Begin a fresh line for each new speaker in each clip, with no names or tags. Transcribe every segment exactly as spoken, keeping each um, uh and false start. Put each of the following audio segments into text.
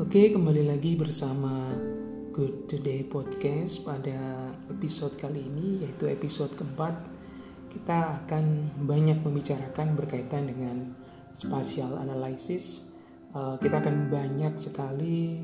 Oke, kembali lagi bersama Good Today Podcast pada episode kali ini, yaitu episode keempat. Kita akan banyak membicarakan berkaitan dengan spatial analysis. Uh, kita akan banyak sekali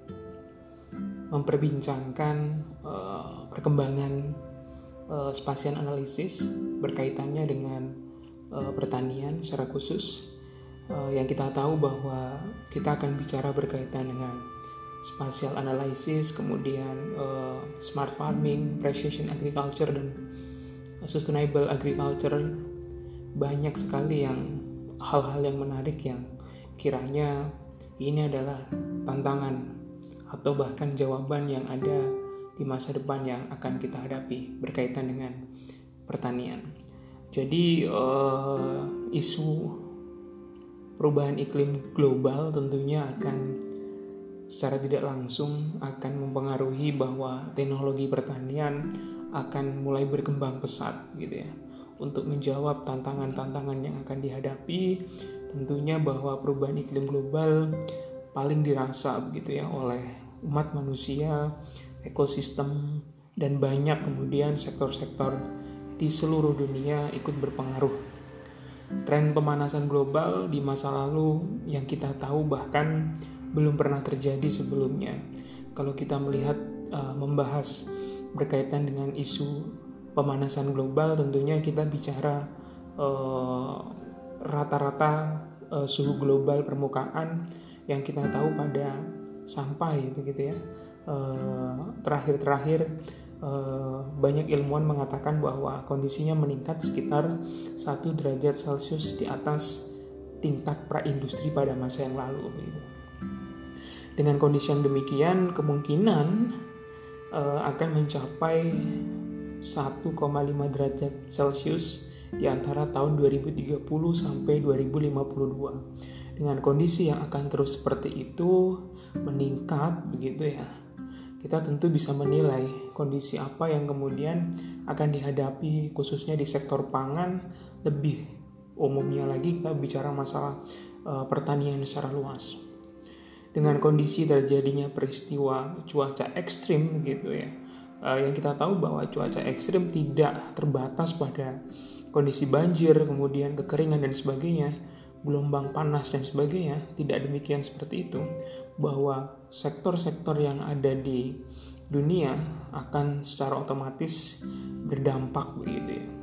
memperbincangkan uh, perkembangan uh, spatial analysis berkaitannya dengan uh, pertanian secara khusus. Uh, yang kita tahu bahwa kita akan bicara berkaitan dengan spatial analysis, kemudian uh, smart farming, precision agriculture, dan sustainable agriculture. Banyak sekali yang hal-hal yang menarik yang kiranya ini adalah tantangan atau bahkan jawaban yang ada di masa depan yang akan kita hadapi berkaitan dengan pertanian. Jadi uh, isu perubahan iklim global tentunya akan secara tidak langsung akan mempengaruhi bahwa teknologi pertanian akan mulai berkembang pesat gitu ya. Untuk menjawab tantangan-tantangan yang akan dihadapi, tentunya bahwa perubahan iklim global paling dirasa begitu ya oleh umat manusia, ekosistem, dan banyak kemudian sektor-sektor di seluruh dunia ikut berpengaruh. Tren pemanasan global di masa lalu yang kita tahu bahkan belum pernah terjadi sebelumnya. Kalau kita melihat uh, membahas berkaitan dengan isu pemanasan global, tentunya kita bicara uh, rata-rata uh, suhu global permukaan yang kita tahu pada sampai begitu ya. Uh, terakhir-terakhir Uh, banyak ilmuwan mengatakan bahwa kondisinya meningkat sekitar satu derajat Celcius di atas tingkat praindustri pada masa yang lalu begitu. Dengan kondisi yang demikian, kemungkinan uh, akan mencapai satu koma lima derajat Celcius di antara tahun dua ribu tiga puluh sampai dua ribu lima puluh dua. Dengan kondisi yang akan terus seperti itu meningkat begitu ya. Kita tentu bisa menilai kondisi apa yang kemudian akan dihadapi khususnya di sektor pangan. Lebih umumnya lagi kita bicara masalah uh, pertanian secara luas. Dengan kondisi terjadinya peristiwa cuaca ekstrim gitu ya, uh, yang kita tahu bahwa cuaca ekstrim tidak terbatas pada kondisi banjir, kemudian kekeringan dan sebagainya, gelombang panas dan sebagainya. Tidak demikian seperti itu, bahwa sektor-sektor yang ada di dunia akan secara otomatis berdampak begitu ya.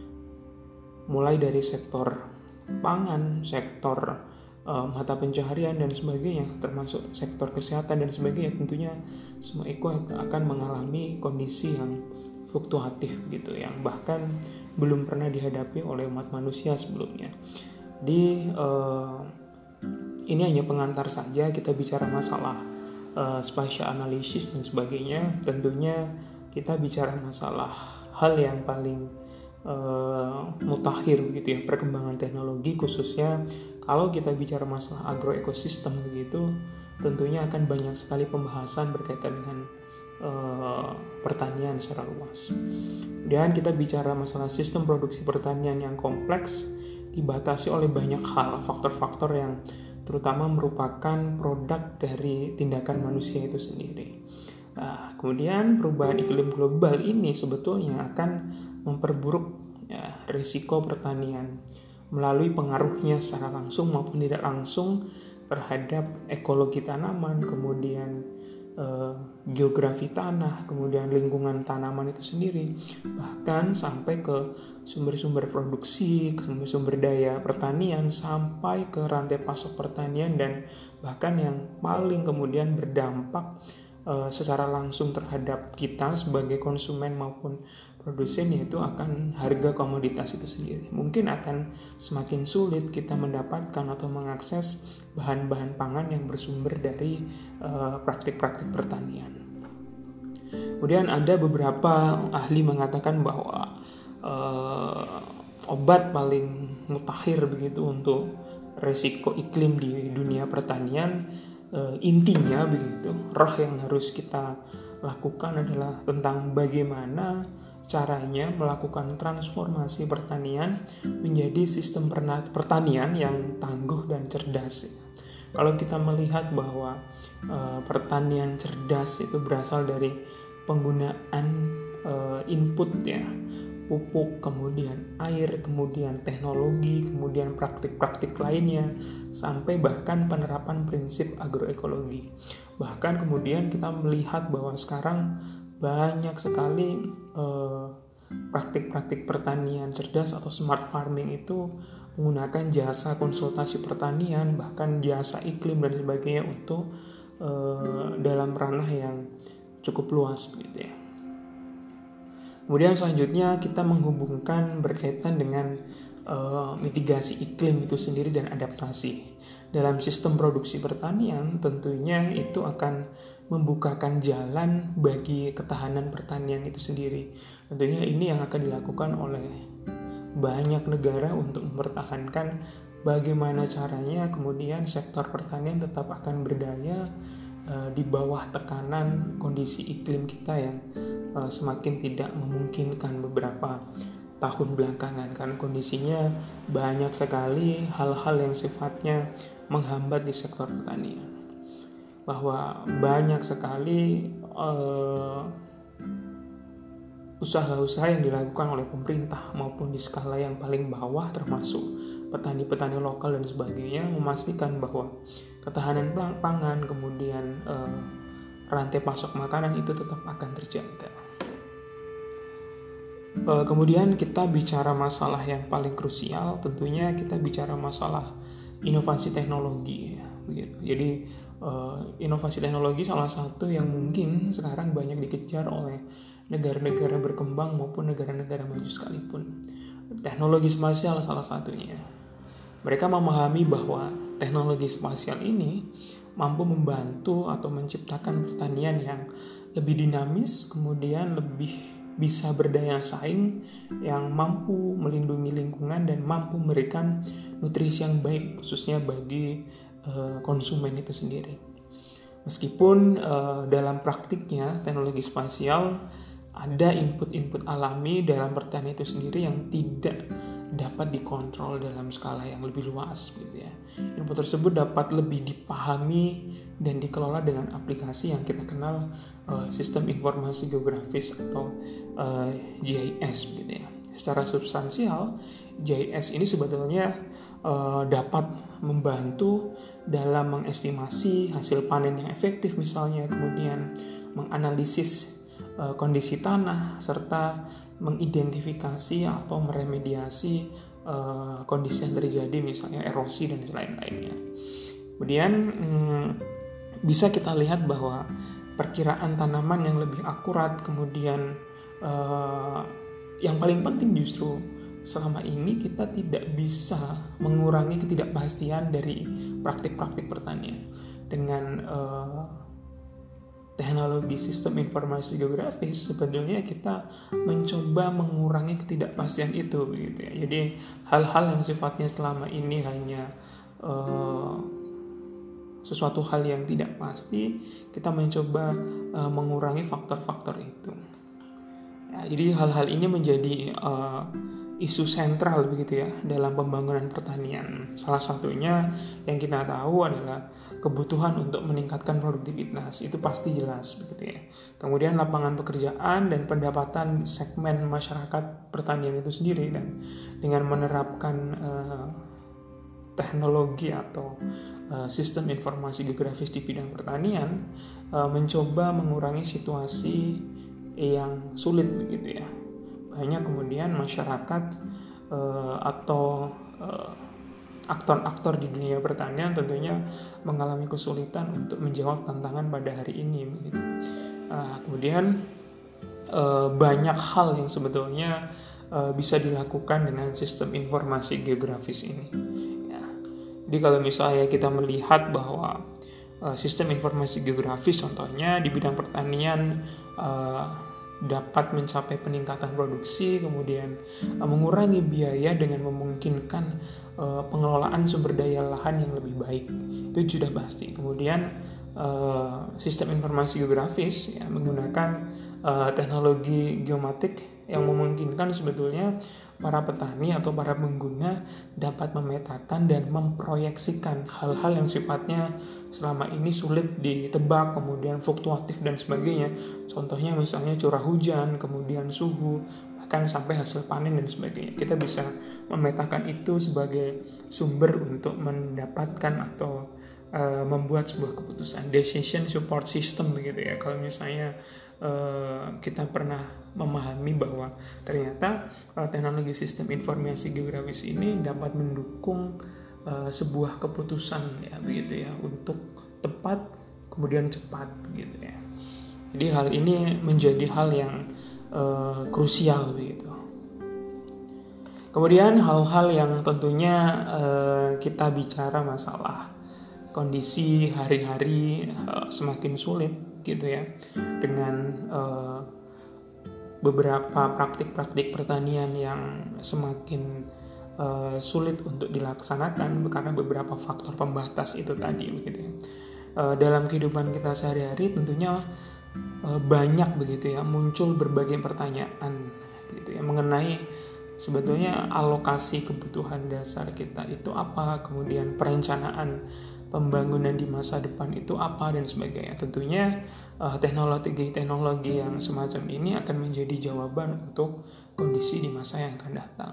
Mulai dari sektor pangan, sektor uh, mata pencaharian dan sebagainya, termasuk sektor kesehatan dan sebagainya, tentunya semua itu akan mengalami kondisi yang fluktuatif gitu, yang bahkan belum pernah dihadapi oleh umat manusia sebelumnya. Di uh, ini hanya pengantar saja, kita bicara masalah uh, spatial analysis dan sebagainya. Tentunya kita bicara masalah hal yang paling uh, mutakhir begitu ya, perkembangan teknologi, khususnya kalau kita bicara masalah agroekosistem begitu, tentunya akan banyak sekali pembahasan berkaitan dengan uh, pertanian secara luas. Dan kita bicara masalah sistem produksi pertanian yang kompleks, dibatasi oleh banyak hal, faktor-faktor yang terutama merupakan produk dari tindakan manusia itu sendiri. Nah, kemudian perubahan iklim global ini sebetulnya akan memperburuk ya, risiko pertanian melalui pengaruhnya secara langsung maupun tidak langsung terhadap ekologi tanaman, kemudian eh, geografi tanah, kemudian lingkungan tanaman itu sendiri, bahkan sampai ke sumber-sumber produksi, sumber-sumber daya pertanian, sampai ke rantai pasok pertanian, dan bahkan yang paling kemudian berdampak uh, secara langsung terhadap kita sebagai konsumen maupun produsen, yaitu akan harga komoditas itu sendiri. Mungkin akan semakin sulit kita mendapatkan atau mengakses bahan-bahan pangan yang bersumber dari uh, praktik-praktik pertanian. Kemudian ada beberapa ahli mengatakan bahwa Uh, obat paling mutakhir begitu untuk resiko iklim di dunia pertanian, uh, intinya begitu, roh yang harus kita lakukan adalah tentang bagaimana caranya melakukan transformasi pertanian menjadi sistem pertanian yang tangguh dan cerdas. Kalau kita melihat bahwa uh, pertanian cerdas itu berasal dari penggunaan uh, input ya, pupuk, kemudian air, kemudian teknologi, kemudian praktik-praktik lainnya, sampai bahkan penerapan prinsip agroekologi. Bahkan kemudian kita melihat bahwa sekarang banyak sekali uh, praktik-praktik pertanian cerdas atau smart farming itu menggunakan jasa konsultasi pertanian, bahkan jasa iklim dan sebagainya untuk uh, dalam ranah yang cukup luas begitu ya. Kemudian selanjutnya kita menghubungkan berkaitan dengan uh, mitigasi iklim itu sendiri dan adaptasi. Dalam sistem produksi pertanian tentunya itu akan membukakan jalan bagi ketahanan pertanian itu sendiri. Tentunya ini yang akan dilakukan oleh banyak negara untuk mempertahankan bagaimana caranya kemudian sektor pertanian tetap akan berdaya uh, di bawah tekanan kondisi iklim kita yang uh, semakin tidak memungkinkan beberapa tahun belakangan, karena kondisinya banyak sekali hal-hal yang sifatnya menghambat di sektor pertanian. Bahwa banyak sekali uh, usaha-usaha yang dilakukan oleh pemerintah maupun di skala yang paling bawah termasuk petani-petani lokal dan sebagainya memastikan bahwa ketahanan pangan kemudian uh, rantai pasok makanan itu tetap akan terjaga. Uh, kemudian kita bicara masalah yang paling krusial, tentunya kita bicara masalah inovasi teknologi ya, begitu. Jadi uh, inovasi teknologi salah satu yang mungkin sekarang banyak dikejar oleh negara-negara berkembang maupun negara-negara maju sekalipun. Teknologi spasial salah satunya. Mereka memahami bahwa teknologi spasial ini mampu membantu atau menciptakan pertanian yang lebih dinamis, kemudian lebih bisa berdaya saing, yang mampu melindungi lingkungan dan mampu memberikan nutrisi yang baik khususnya bagi uh, konsumen itu sendiri. Meskipun uh, dalam praktiknya teknologi spasial ada input-input alami dalam pertanian itu sendiri yang tidak dapat dikontrol dalam skala yang lebih luas gitu ya. Input tersebut dapat lebih dipahami dan dikelola dengan aplikasi yang kita kenal uh, sistem informasi geografis atau uh, G I S gitu ya. Secara substansial G I S ini sebetulnya uh, dapat membantu dalam mengestimasi hasil panen yang efektif misalnya, kemudian menganalisis uh, kondisi tanah serta mengidentifikasi atau meremediasi uh, kondisi yang terjadi misalnya erosi dan lain-lainnya. Kemudian hmm, bisa kita lihat bahwa perkiraan tanaman yang lebih akurat, kemudian uh, yang paling penting justru selama ini kita tidak bisa mengurangi ketidakpastian dari praktik-praktik pertanian dengan uh, teknologi sistem informasi geografis. Sebetulnya kita mencoba mengurangi ketidakpastian itu begitu ya. Jadi hal-hal yang sifatnya selama ini hanya uh, sesuatu hal yang tidak pasti, kita mencoba uh, mengurangi faktor-faktor itu ya, jadi hal-hal ini menjadi uh, isu sentral begitu ya dalam pembangunan pertanian. Salah satunya yang kita tahu adalah kebutuhan untuk meningkatkan produktivitas, itu pasti jelas begitu ya. Kemudian lapangan pekerjaan dan pendapatan segmen masyarakat pertanian itu sendiri, dan dengan menerapkan uh, teknologi atau uh, sistem informasi geografis di bidang pertanian uh, mencoba mengurangi situasi yang sulit begitu ya. Banyak kemudian masyarakat uh, atau uh, aktor-aktor di dunia pertanian tentunya mengalami kesulitan untuk menjawab tantangan pada hari ini begitu. Uh, kemudian uh, banyak hal yang sebetulnya uh, bisa dilakukan dengan sistem informasi geografis ini ya. Jadi kalau misalnya kita melihat bahwa uh, sistem informasi geografis contohnya di bidang pertanian uh, dapat mencapai peningkatan produksi, kemudian uh, mengurangi biaya dengan memungkinkan uh, pengelolaan sumber daya lahan yang lebih baik, itu sudah pasti. Kemudian uh, sistem informasi geografis ya, menggunakan uh, teknologi geomatik yang memungkinkan sebetulnya para petani atau para pengguna dapat memetakan dan memproyeksikan hal-hal yang sifatnya selama ini sulit ditebak, kemudian fluktuatif dan sebagainya. Contohnya misalnya curah hujan, kemudian suhu, bahkan sampai hasil panen dan sebagainya. Kita bisa memetakan itu sebagai sumber untuk mendapatkan atau uh, membuat sebuah keputusan. Decision support system begitu ya. Kalau misalnya Uh, kita pernah memahami bahwa ternyata uh, teknologi sistem informasi geografis ini dapat mendukung uh, sebuah keputusan ya begitu ya, untuk tepat kemudian cepat begitu ya. Jadi hal ini menjadi hal yang uh, krusial begitu. Kemudian hal-hal yang tentunya uh, kita bicara masalah kondisi hari-hari uh, semakin sulit gitu ya, dengan uh, beberapa praktik-praktik pertanian yang semakin uh, sulit untuk dilaksanakan karena beberapa faktor pembatas itu tadi begitu ya. Uh, dalam kehidupan kita sehari-hari tentunya uh, banyak begitu ya muncul berbagai pertanyaan gitu ya mengenai sebetulnya alokasi kebutuhan dasar kita itu apa, kemudian perencanaan pembangunan di masa depan itu apa dan sebagainya. Tentunya uh, teknologi-teknologi yang semacam ini akan menjadi jawaban untuk kondisi di masa yang akan datang.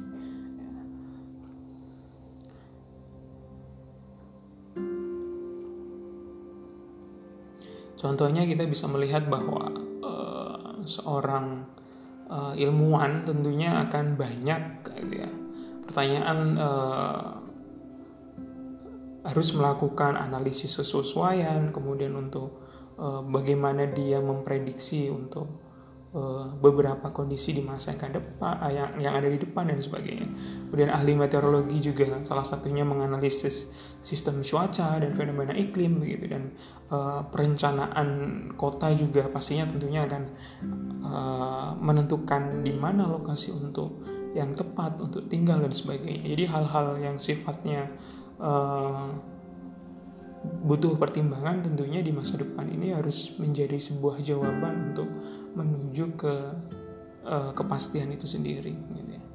Contohnya kita bisa melihat bahwa uh, seorang uh, ilmuwan tentunya akan banyak ya, pertanyaan uh, harus melakukan analisis kesesuaian, kemudian untuk uh, bagaimana dia memprediksi untuk uh, beberapa kondisi di masa yang akan depan, uh, yang, yang ada di depan dan sebagainya. Kemudian ahli meteorologi juga salah satunya menganalisis sistem cuaca dan fenomena iklim begitu, dan uh, perencanaan kota juga pastinya tentunya akan uh, menentukan di mana lokasi untuk yang tepat untuk tinggal dan sebagainya. Jadi hal-hal yang sifatnya Uh, butuh pertimbangan tentunya di masa depan ini harus menjadi sebuah jawaban untuk menuju ke uh, kepastian itu sendiri gitu ya.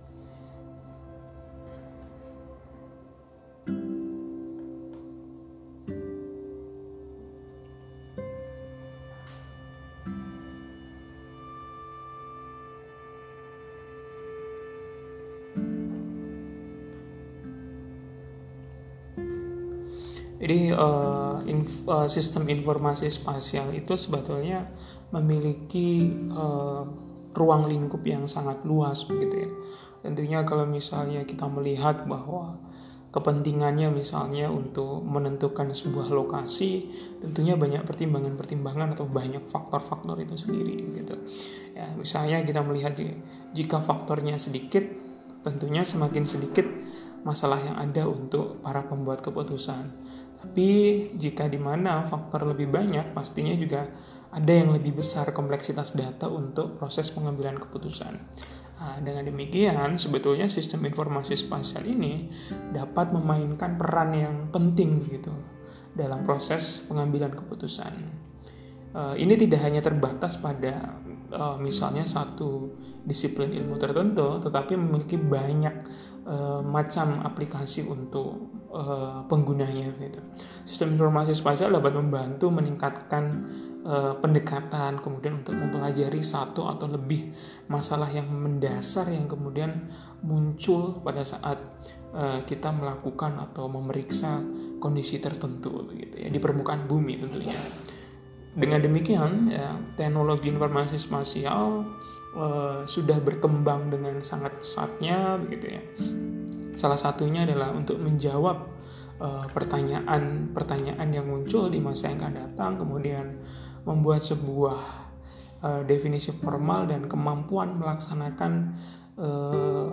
Jadi uh, inf, uh, sistem informasi spasial itu sebetulnya memiliki uh, ruang lingkup yang sangat luas begitu ya. Tentunya kalau misalnya kita melihat bahwa kepentingannya misalnya untuk menentukan sebuah lokasi, tentunya banyak pertimbangan-pertimbangan atau banyak faktor-faktor itu sendiri gitu. Ya, misalnya kita melihat jika faktornya sedikit, tentunya semakin sedikit masalah yang ada untuk para pembuat keputusan. Tapi jika di mana faktor lebih banyak, pastinya juga ada yang lebih besar kompleksitas data untuk proses pengambilan keputusan. Nah, dengan demikian, sebetulnya sistem informasi spasial ini dapat memainkan peran yang penting gitu dalam proses pengambilan keputusan. Uh, ini tidak hanya terbatas pada uh, misalnya satu disiplin ilmu tertentu, tetapi memiliki banyak uh, macam aplikasi untuk uh, penggunanya gitu. Sistem informasi spasial dapat membantu meningkatkan uh, pendekatan, kemudian untuk mempelajari satu atau lebih masalah yang mendasar yang kemudian muncul pada saat uh, kita melakukan atau memeriksa kondisi tertentu gitu ya di permukaan bumi tentunya. Dengan demikian, ya, teknologi informasi spasial uh, sudah berkembang dengan sangat pesatnya, begitu ya. Salah satunya adalah untuk menjawab uh, pertanyaan-pertanyaan yang muncul di masa yang akan datang, kemudian membuat sebuah uh, definisi formal dan kemampuan melaksanakan uh,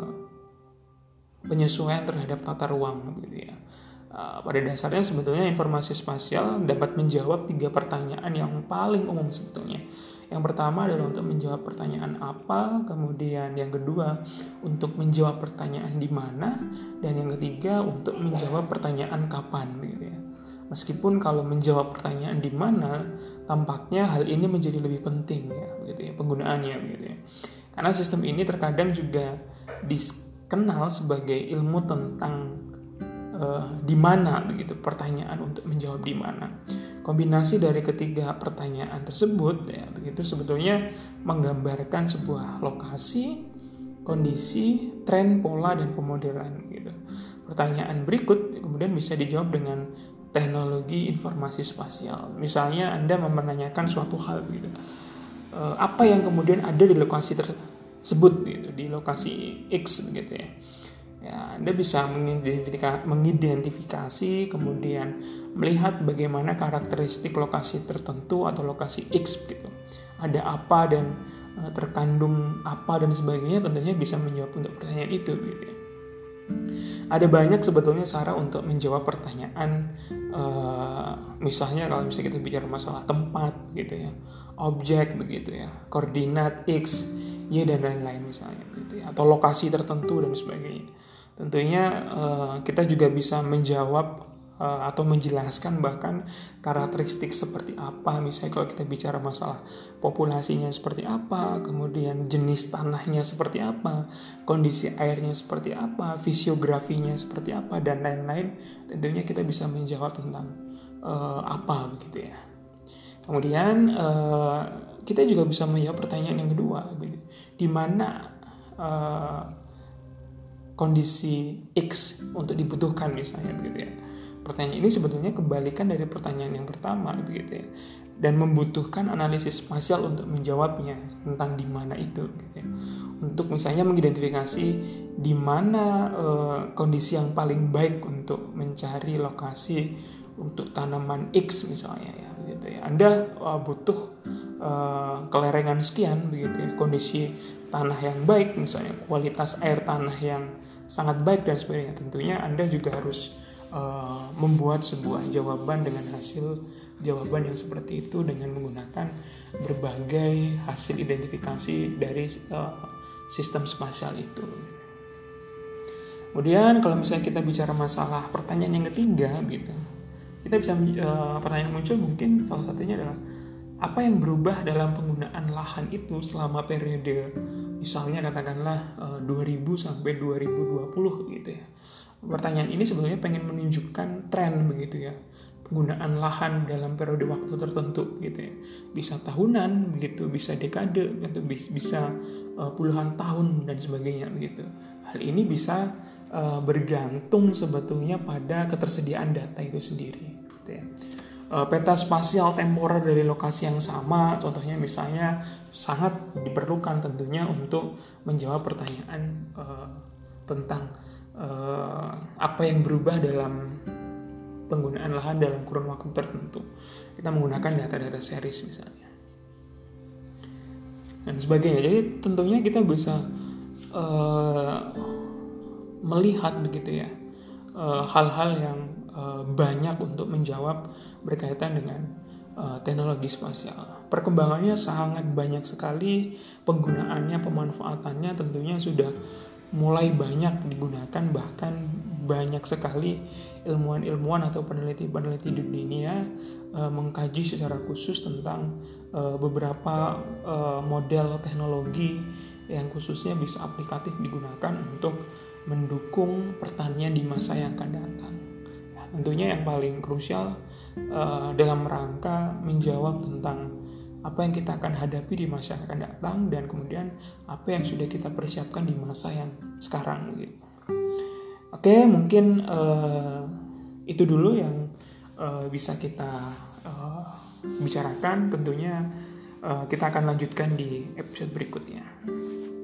penyesuaian terhadap tata ruang, begitu ya. Uh, pada dasarnya sebetulnya informasi spasial dapat menjawab tiga pertanyaan yang paling umum sebetulnya. Yang pertama adalah untuk menjawab pertanyaan apa, kemudian yang kedua untuk menjawab pertanyaan di mana, dan yang ketiga untuk menjawab pertanyaan kapan gitu ya. Meskipun kalau menjawab pertanyaan di mana tampaknya hal ini menjadi lebih penting ya, gitu ya, penggunaannya gitu ya. Karena sistem ini terkadang juga dikenal sebagai ilmu tentang uh, di mana begitu pertanyaan untuk menjawab di mana. Kombinasi dari ketiga pertanyaan tersebut ya begitu sebetulnya menggambarkan sebuah lokasi, kondisi, tren, pola dan pemodelan gitu. Pertanyaan berikut kemudian bisa dijawab dengan teknologi informasi spasial. Misalnya Anda menanyakan suatu hal gitu. E, apa yang kemudian ada di lokasi tersebut gitu, di lokasi X gitu ya. Ya, Anda bisa mengidentifikasi, mengidentifikasi kemudian melihat bagaimana karakteristik lokasi tertentu atau lokasi X gitu. Ada apa dan e, terkandung apa dan sebagainya, tentunya bisa menjawab untuk pertanyaan itu gitu ya. Ada banyak sebetulnya cara untuk menjawab pertanyaan, uh, misalnya kalau misalnya kita bicara masalah tempat gitu ya, objek begitu ya, koordinat X, Y dan lain-lain misalnya gitu ya, atau lokasi tertentu dan sebagainya. Tentunya uh, kita juga bisa menjawab uh, atau menjelaskan bahkan karakteristik seperti apa, misalnya kalau kita bicara masalah populasinya seperti apa, kemudian jenis tanahnya seperti apa, kondisi airnya seperti apa, fisiografinya seperti apa dan lain-lain. Tentunya kita bisa menjawab tentang uh, apa begitu ya. Kemudian uh, kita juga bisa menjawab pertanyaan yang kedua, gitu. Di mana uh, kondisi X untuk dibutuhkan misalnya begitu ya. Pertanyaan ini sebetulnya kebalikan dari pertanyaan yang pertama begitu ya. Dan membutuhkan analisis spasial untuk menjawabnya tentang di mana itu gitu ya. Untuk misalnya mengidentifikasi di mana uh, kondisi yang paling baik untuk mencari lokasi untuk tanaman X misalnya ya begitu ya. Anda uh, butuh uh, kelerengan sekian begitu ya, kondisi tanah yang baik misalnya, kualitas air tanah yang sangat baik dan sebagainya. Tentunya Anda juga harus uh, membuat sebuah jawaban dengan hasil jawaban yang seperti itu dengan menggunakan berbagai hasil identifikasi dari uh, sistem spasial itu. Kemudian kalau misalnya kita bicara masalah pertanyaan yang ketiga gitu, kita bisa uh, pertanyaan muncul mungkin salah satunya adalah apa yang berubah dalam penggunaan lahan itu selama periode misalnya katakanlah uh, dua ribu sampai dua ribu dua puluh gitu ya. Pertanyaan ini sebenarnya pengen menunjukkan tren begitu ya, penggunaan lahan dalam periode waktu tertentu gitu ya. Bisa tahunan begitu, bisa dekade atau bisa uh, puluhan tahun dan sebagainya begitu. Hal ini bisa uh, bergantung sebetulnya pada ketersediaan data itu sendiri gitu ya. Peta spasial temporer dari lokasi yang sama, contohnya misalnya sangat diperlukan tentunya untuk menjawab pertanyaan uh, tentang uh, apa yang berubah dalam penggunaan lahan dalam kurun waktu tertentu. Kita menggunakan data-data series misalnya dan sebagainya. Jadi tentunya kita bisa uh, melihat begitu ya uh, hal-hal yang uh, banyak untuk menjawab berkaitan dengan uh, teknologi spasial. Perkembangannya sangat banyak sekali, penggunaannya, pemanfaatannya tentunya sudah mulai banyak digunakan, bahkan banyak sekali ilmuwan-ilmuwan atau peneliti-peneliti di dunia uh, mengkaji secara khusus tentang uh, beberapa uh, model teknologi yang khususnya bisa aplikatif digunakan untuk mendukung pertanian di masa yang akan datang. Tentunya yang paling krusial uh, dalam rangka menjawab tentang apa yang kita akan hadapi di masa yang akan datang dan kemudian apa yang sudah kita persiapkan di masa yang sekarang gitu. Oke, mungkin uh, itu dulu yang uh, bisa kita uh, bicarakan. Tentunya uh, kita akan lanjutkan di episode berikutnya.